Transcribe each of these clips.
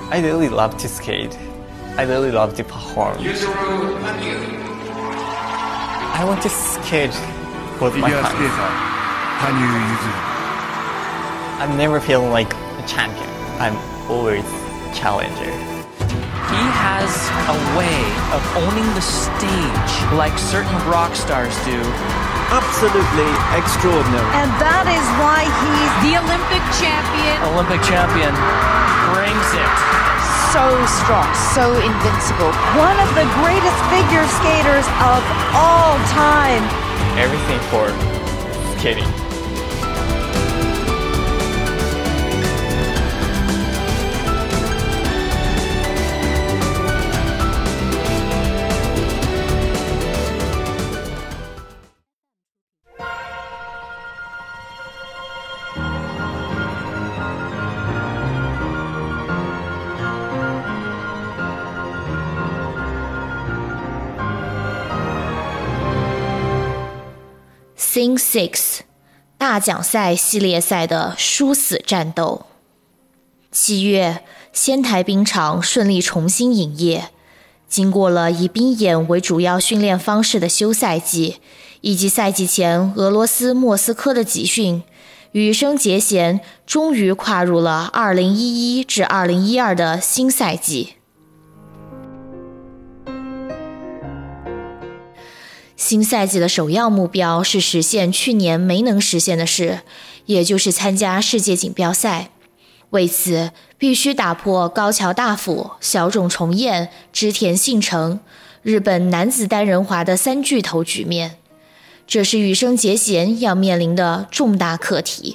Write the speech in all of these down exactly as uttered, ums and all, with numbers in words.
I really love to skate. I really love to perform. I want to skate with my hands. I'm never feeling like a champion. I'm always a challenger. He has a way of owning the stage like certain rock stars do. Absolutely extraordinary. And that is why he's the Olympic champion. Olympic champion brings it. So strong, so invincible. One of the greatest figure skaters of all time. Everything for skating. Thing Six 大奖赛系列赛的殊死战斗。七月，仙台冰场顺利重新营业。经过了以冰演为主要训练方式的休赛季，以及赛季前俄罗斯莫斯科的集训，羽生结弦终于跨入了二零一一至二零一二的新赛季。新赛季的首要目标是实现去年没能实现的事，也就是参加世界锦标赛。为此，必须打破高桥大辅、小冢重彦、织田信成、日本男子单人滑的三巨头局面，这是羽生结弦要面临的重大课题。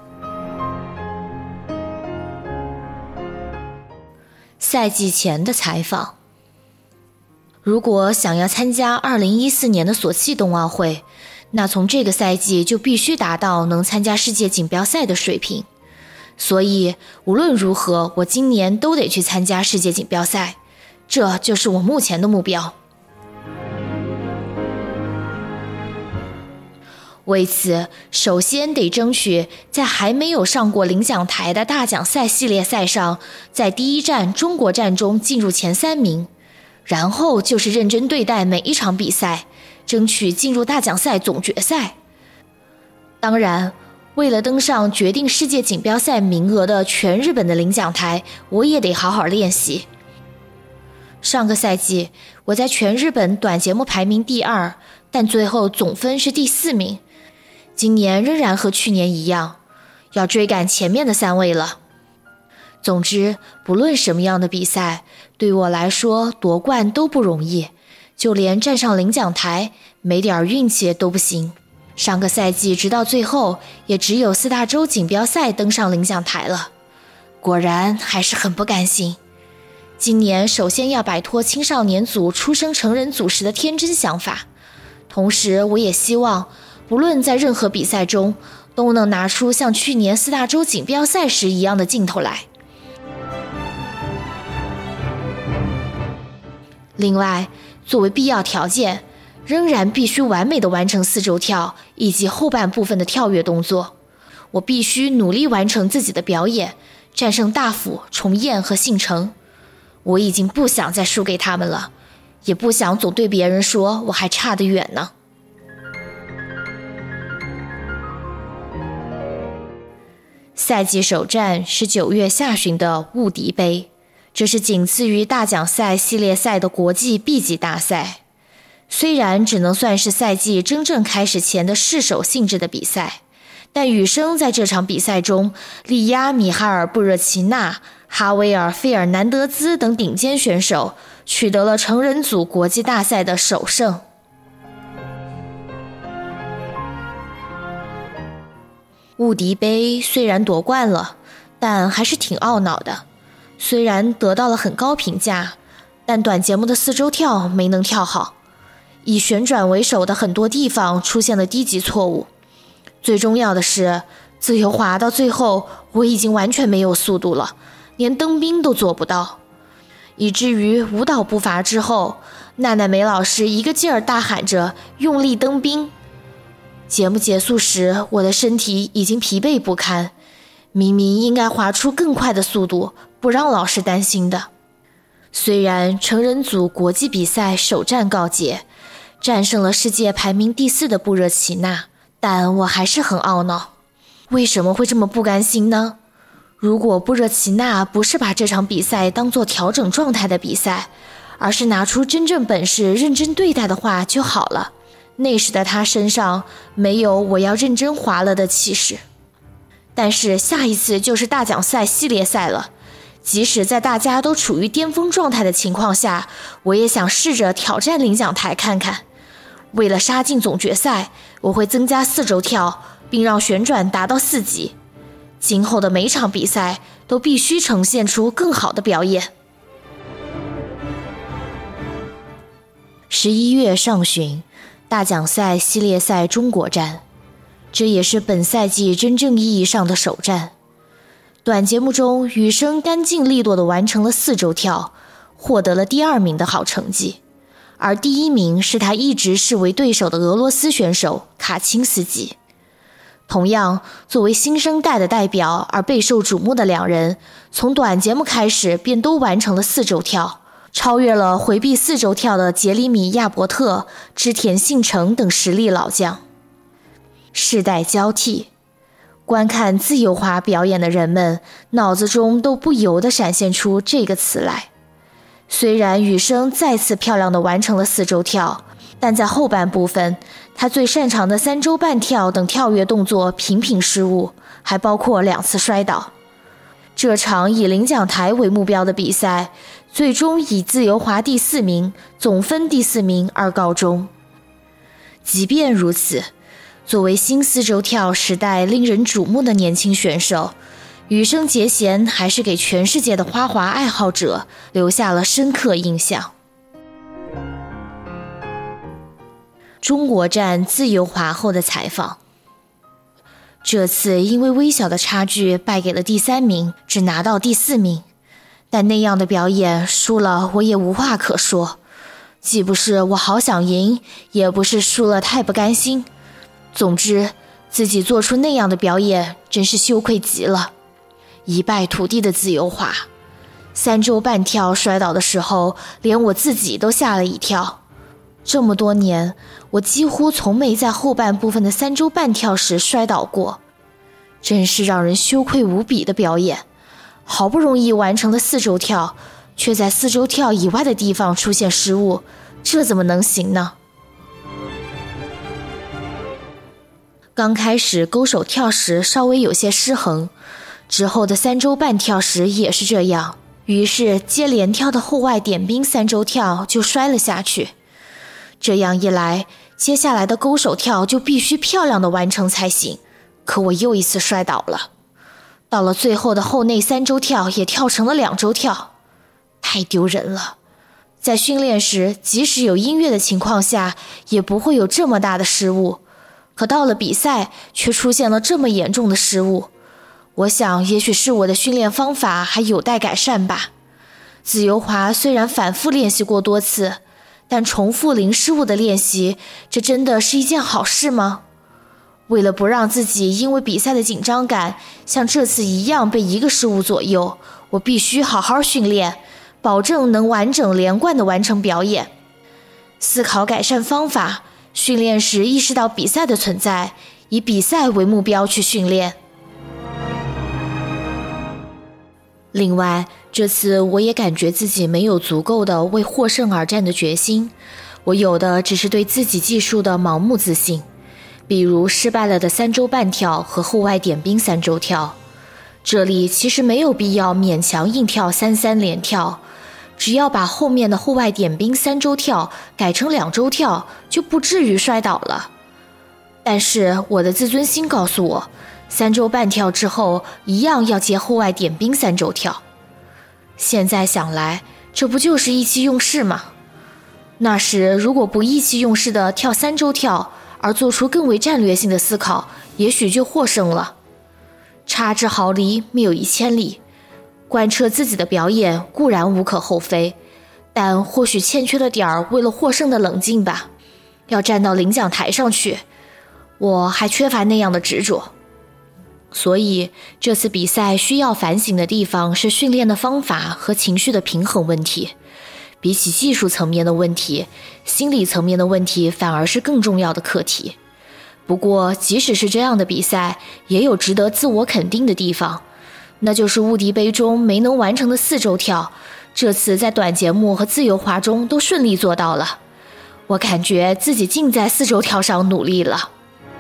赛季前的采访。如果想要参加二零一四年的索契冬奥会，那从这个赛季就必须达到能参加世界锦标赛的水平。所以无论如何，我今年都得去参加世界锦标赛，这就是我目前的目标。为此，首先得争取在还没有上过领奖台的大奖赛系列赛上，在第一站中国站中进入前三名。然后就是认真对待每一场比赛，争取进入大奖赛总决赛。当然，为了登上决定世界锦标赛名额的全日本的领奖台，我也得好好练习。上个赛季，我在全日本短节目排名第二，但最后总分是第四名。今年仍然和去年一样，要追赶前面的三位了。总之，不论什么样的比赛，对我来说夺冠都不容易，就连站上领奖台，没点运气都不行。上个赛季直到最后，也只有四大洲锦标赛登上领奖台了，果然还是很不甘心。今年首先要摆脱青少年组出生成人组时的天真想法，同时我也希望，不论在任何比赛中，都能拿出像去年四大洲锦标赛时一样的劲头来。另外，作为必要条件，仍然必须完美的完成四周跳以及后半部分的跳跃动作。我必须努力完成自己的表演，战胜大辅、重彦和信成。我已经不想再输给他们了，也不想总对别人说我还差得远呢。赛季首战是九月下旬的雾迪杯，这是仅次于大奖赛系列赛的国际 B 级大赛。虽然只能算是赛季真正开始前的试手性质的比赛，但羽生在这场比赛中力压米哈尔·布热奇纳、哈维尔·费尔南德兹等顶尖选手，取得了成人组国际大赛的首胜。雾迪杯虽然夺冠了，但还是挺懊恼的。虽然得到了很高评价，但短节目的四周跳没能跳好，以旋转为首的很多地方出现了低级错误。最重要的是，自由滑到最后我已经完全没有速度了，连蹬冰都做不到，以至于舞蹈步伐之后，奈奈美老师一个劲儿大喊着用力蹬冰。节目结束时，我的身体已经疲惫不堪，明明应该滑出更快的速度， 不让老师担心的。虽然成人组国际比赛首战告捷，战胜了世界排名第四的布热奇纳，但我还是很懊恼。为什么会这么不甘心呢？如果布热奇纳不是把这场比赛当作调整状态的比赛，而是拿出真正本事认真对待的话就好了。那时的他身上没有我要认真滑了的气势。但是下一次就是大奖赛系列赛了，即使在大家都处于巅峰状态的情况下，我也想试着挑战领奖台看看。为了杀进总决赛，我会增加四周跳，并让旋转达到四级。今后的每场比赛都必须呈现出更好的表演。十一月上旬，大奖赛系列赛中国站，这也是本赛季真正意义上的首战。短节目中，羽生干净利落地完成了四周跳，获得了第二名的好成绩，而第一名是他一直视为对手的俄罗斯选手卡钦斯基。同样，作为新生代的代表而备受瞩目的两人，从短节目开始便都完成了四周跳，超越了回避四周跳的杰里米亚伯特、织田信成等实力老将。世代交替，观看自由滑表演的人们脑子中都不由得闪现出这个词来。虽然羽生再次漂亮地完成了四周跳，但在后半部分，他最擅长的三周半跳等跳跃动作频频失误，还包括两次摔倒。这场以领奖台为目标的比赛，最终以自由滑第四名、总分第四名而告终。即便如此，作为新四周跳时代令人瞩目的年轻选手，羽生结弦还是给全世界的花滑爱好者留下了深刻印象。中国站自由滑后的采访，这次因为微小的差距败给了第三名，只拿到第四名，但那样的表演输了我也无话可说，既不是我好想赢，也不是输了太不甘心。总之，自己做出那样的表演真是羞愧极了。一败涂地的自由滑，三周半跳摔倒的时候，连我自己都吓了一跳。这么多年，我几乎从没在后半部分的三周半跳时摔倒过，真是让人羞愧无比的表演。好不容易完成了四周跳，却在四周跳以外的地方出现失误，这怎么能行呢？刚开始勾手跳时稍微有些失衡，之后的三周半跳时也是这样，于是接连跳的后外点冰三周跳就摔了下去。这样一来，接下来的勾手跳就必须漂亮的完成才行，可我又一次摔倒了。到了最后的后内三周跳也跳成了两周跳，太丢人了。在训练时，即使有音乐的情况下，也不会有这么大的失误，可到了比赛却出现了这么严重的失误。我想也许是我的训练方法还有待改善吧。自由滑虽然反复练习过多次，但重复零失误的练习，这真的是一件好事吗？为了不让自己因为比赛的紧张感像这次一样被一个失误左右，我必须好好训练，保证能完整连贯地完成表演。思考改善方法，训练时意识到比赛的存在，以比赛为目标去训练。另外，这次我也感觉自己没有足够的为获胜而战的决心，我有的只是对自己技术的盲目自信，比如失败了的三周半跳和后外点冰三周跳。这里其实没有必要勉强硬跳三三连跳，只要把后面的后外点冰三周跳改成两周跳，就不至于摔倒了。但是我的自尊心告诉我，三周半跳之后一样要接后外点冰三周跳。现在想来，这不就是意气用事吗？那时如果不意气用事的跳三周跳，而做出更为战略性的思考，也许就获胜了。差之毫厘，谬以千里。贯彻自己的表演固然无可厚非，但或许欠缺了点儿为了获胜的冷静吧。要站到领奖台上去，我还缺乏那样的执着。 所以这次比赛需要反省的地方是训练的方法和情绪的平衡问题。比起技术层面的问题，心理层面的问题反而是更重要的课题。不过即使是这样的比赛，也有值得自我肯定的地方，那就是雾迪杯中没能完成的四周跳，这次在短节目和自由滑中都顺利做到了。我感觉自己尽在四周跳上努力了。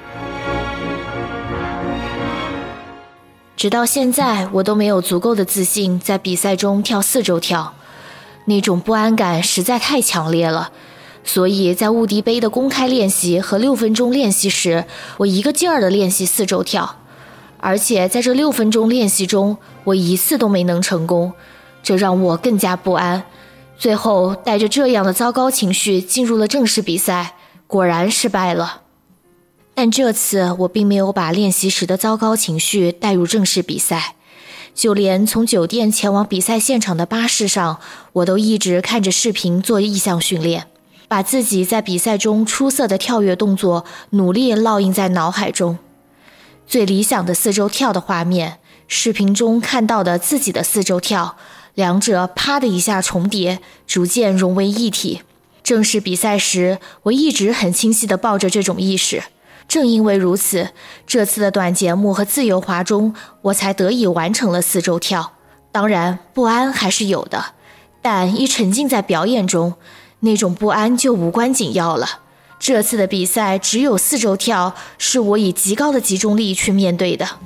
直到现在，我都没有足够的自信在比赛中跳四周跳，那种不安感实在太强烈了。所以在雾迪杯的公开练习和六分钟练习时，我一个劲儿地练习四周跳，而且在这六分钟练习中，我一次都没能成功，这让我更加不安。最后带着这样的糟糕情绪进入了正式比赛，果然失败了。但这次我并没有把练习时的糟糕情绪带入正式比赛，就连从酒店前往比赛现场的巴士上，我都一直看着视频做意向训练，把自己在比赛中出色的跳跃动作努力烙印在脑海中。最理想的四周跳的画面，视频中看到的自己的四周跳，两者啪的一下重叠，逐渐融为一体。正式比赛时，我一直很清晰地抱着这种意识。正因为如此，这次的短节目和自由滑中，我才得以完成了四周跳。当然，不安还是有的，但一沉浸在表演中，那种不安就无关紧要了。这次的比赛只有四周跳，是我以极高的集中力去面对的。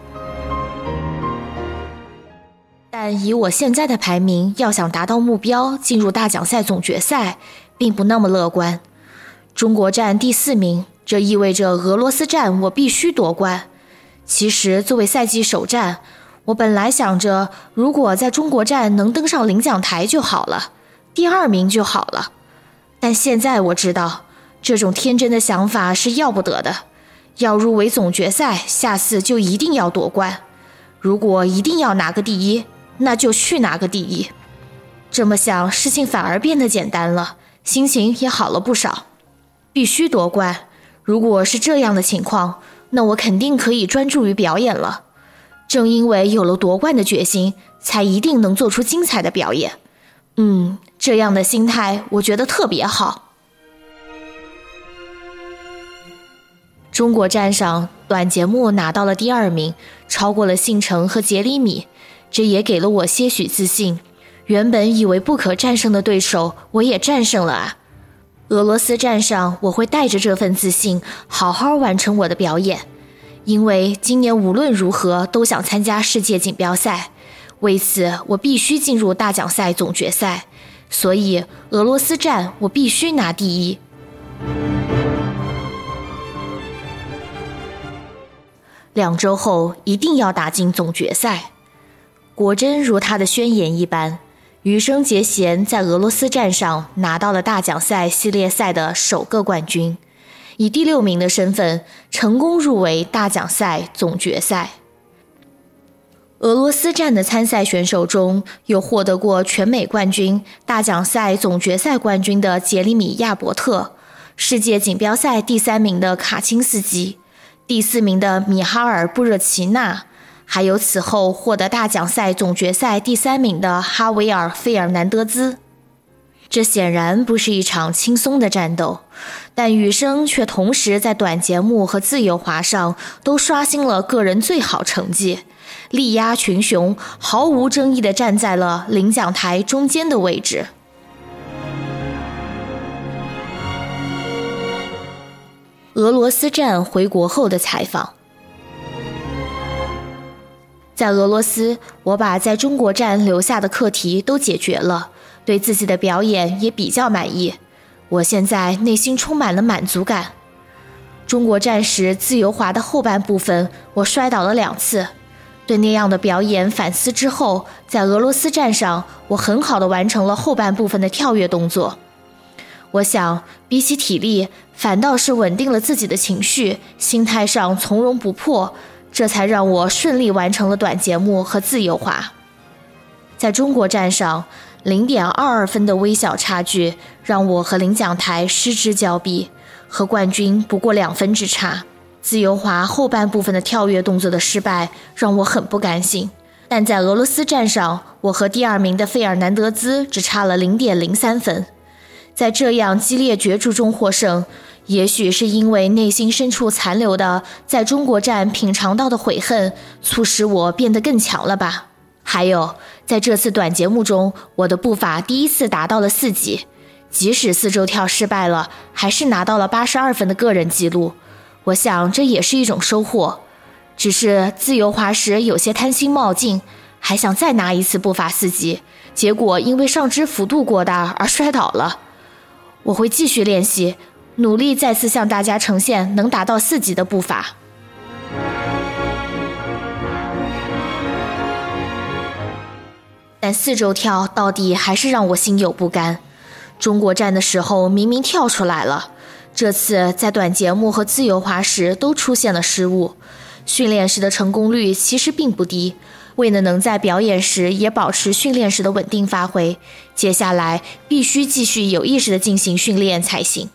但以我现在的排名，要想达到目标，进入大奖赛总决赛，并不那么乐观。中国站第四名，这意味着俄罗斯站我必须夺冠。其实作为赛季首战，我本来想着如果在中国站能登上领奖台就好了，第二名就好了。但现在我知道，这种天真的想法是要不得的。要入围总决赛，下次就一定要夺冠。如果一定要拿个第一，那就去拿个第一。这么想，事情反而变得简单了，心情也好了不少。必须夺冠，如果是这样的情况，那我肯定可以专注于表演了。正因为有了夺冠的决心，才一定能做出精彩的表演。嗯，这样的心态我觉得特别好。中国站上短节目拿到了第二名，超过了信成和杰里米，这也给了我些许自信。原本以为不可战胜的对手，我也战胜了啊。俄罗斯站上，我会带着这份自信，好好完成我的表演。因为今年无论如何都想参加世界锦标赛，为此我必须进入大奖赛总决赛，所以俄罗斯站我必须拿第一。两周后一定要打进总决赛。果真如他的宣言一般，羽生结弦在俄罗斯站上拿到了大奖赛系列赛的首个冠军，以第六名的身份成功入围大奖赛总决赛。俄罗斯站的参赛选手中有获得过全美冠军、大奖赛总决赛冠军的杰里米亚伯特，世界锦标赛第三名的卡钦斯基，第四名的米哈尔布热奇纳，还有此后获得大奖赛总决赛第三名的哈维尔费尔南德兹。这显然不是一场轻松的战斗，但羽生却同时在短节目和自由滑上都刷新了个人最好成绩，力压群雄，毫无争议地站在了领奖台中间的位置。俄罗斯站回国后的采访。在俄罗斯，我把在中国站留下的课题都解决了，对自己的表演也比较满意。我现在内心充满了满足感。中国站时自由滑的后半部分，我摔倒了两次。对那样的表演反思之后，在俄罗斯站上，我很好地完成了后半部分的跳跃动作。我想，比起体力，反倒是稳定了自己的情绪，心态上从容不迫，这才让我顺利完成了短节目和自由滑。在中国站上， 零点二二 分的微小差距让我和领奖台失之交臂，和冠军不过两分之差。 自由滑后半部分的跳跃动作的失败让我很不甘心，但在俄罗斯站上，我和第二名的费尔南德兹只差了 零点零三 分。在这样激烈角逐中获胜，也许是因为内心深处残留的在中国站品尝到的悔恨，促使我变得更强了吧。还有，在这次短节目中，我的步伐第一次达到了四级，即使四周跳失败了，还是拿到了八十二分的个人纪录。我想这也是一种收获，只是自由滑时有些贪心冒进，还想再拿一次步伐四级，结果因为上肢幅度过大而摔倒了。我会继续练习，努力再次向大家呈现能达到四级的步伐。但四周跳到底还是让我心有不甘。中国站的时候明明跳出来了，这次在短节目和自由滑时都出现了失误。训练时的成功率其实并不低，为了能在表演时也保持训练时的稳定发挥，接下来必须继续有意识地进行训练才行。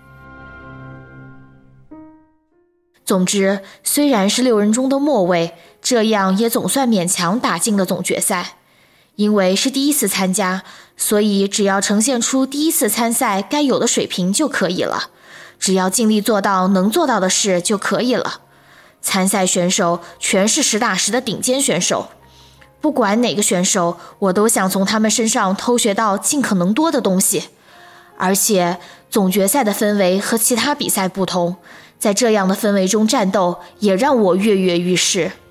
总之，虽然是六人中的末位，这样也总算勉强打进了总决赛。因为是第一次参加，所以只要呈现出第一次参赛该有的水平就可以了，只要尽力做到能做到的事就可以了。参赛选手全是实打实的顶尖选手，不管哪个选手，我都想从他们身上偷学到尽可能多的东西。而且总决赛的氛围和其他比赛不同，在这样的氛围中战斗也让我跃跃欲试。